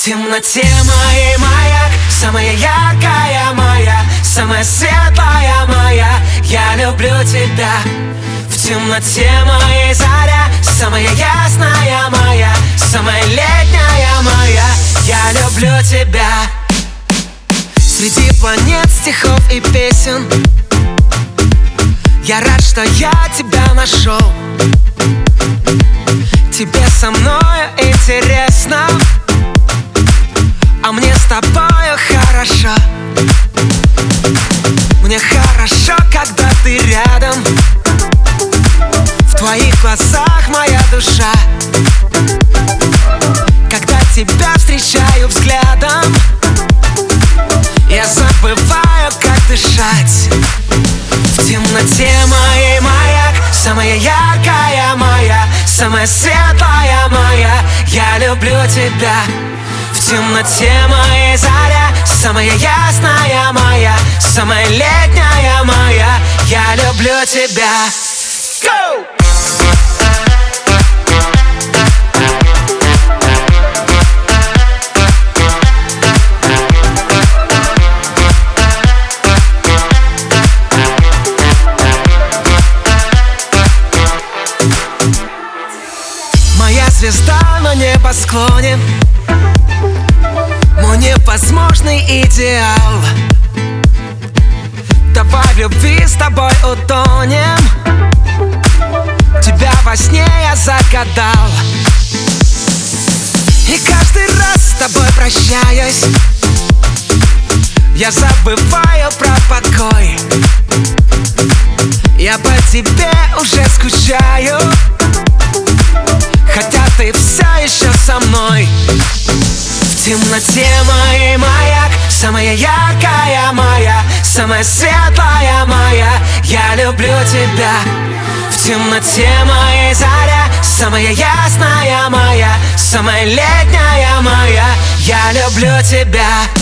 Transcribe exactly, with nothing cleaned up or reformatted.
темноте моей маяк, самая яркая моя, самая светлая моя, я люблю тебя. В темноте моей заря, самая ясная моя, самая летняя моя, я люблю тебя. Среди планет, стихов и песен я рад, что я тебя нашел. Тебе со мною интересно, а мне с тобою хорошо. Мне хорошо, когда ты рядом, в твоих глазах моя душа. Когда тебя встречаю взглядом, я забываю, как дышать. В темноте моей маяк, самая яркая моя, самая светлая моя, я люблю тебя. В темноте моей заря, самая ясная моя, самая летняя моя, я люблю тебя. Go! Моя звезда на небосклоне, мой невозможный идеал. Давай в любви с тобой утонем, тебя во сне я загадал. И каждый раз с тобой прощаюсь, я забываю про покой. Я по тебе уже скучаю, хотя ты все еще со мной. В темноте моей маяк, самая яркая моя, самая светлая моя, я люблю тебя. В темноте моей заря, самая ясная моя, самая летняя моя, я люблю тебя.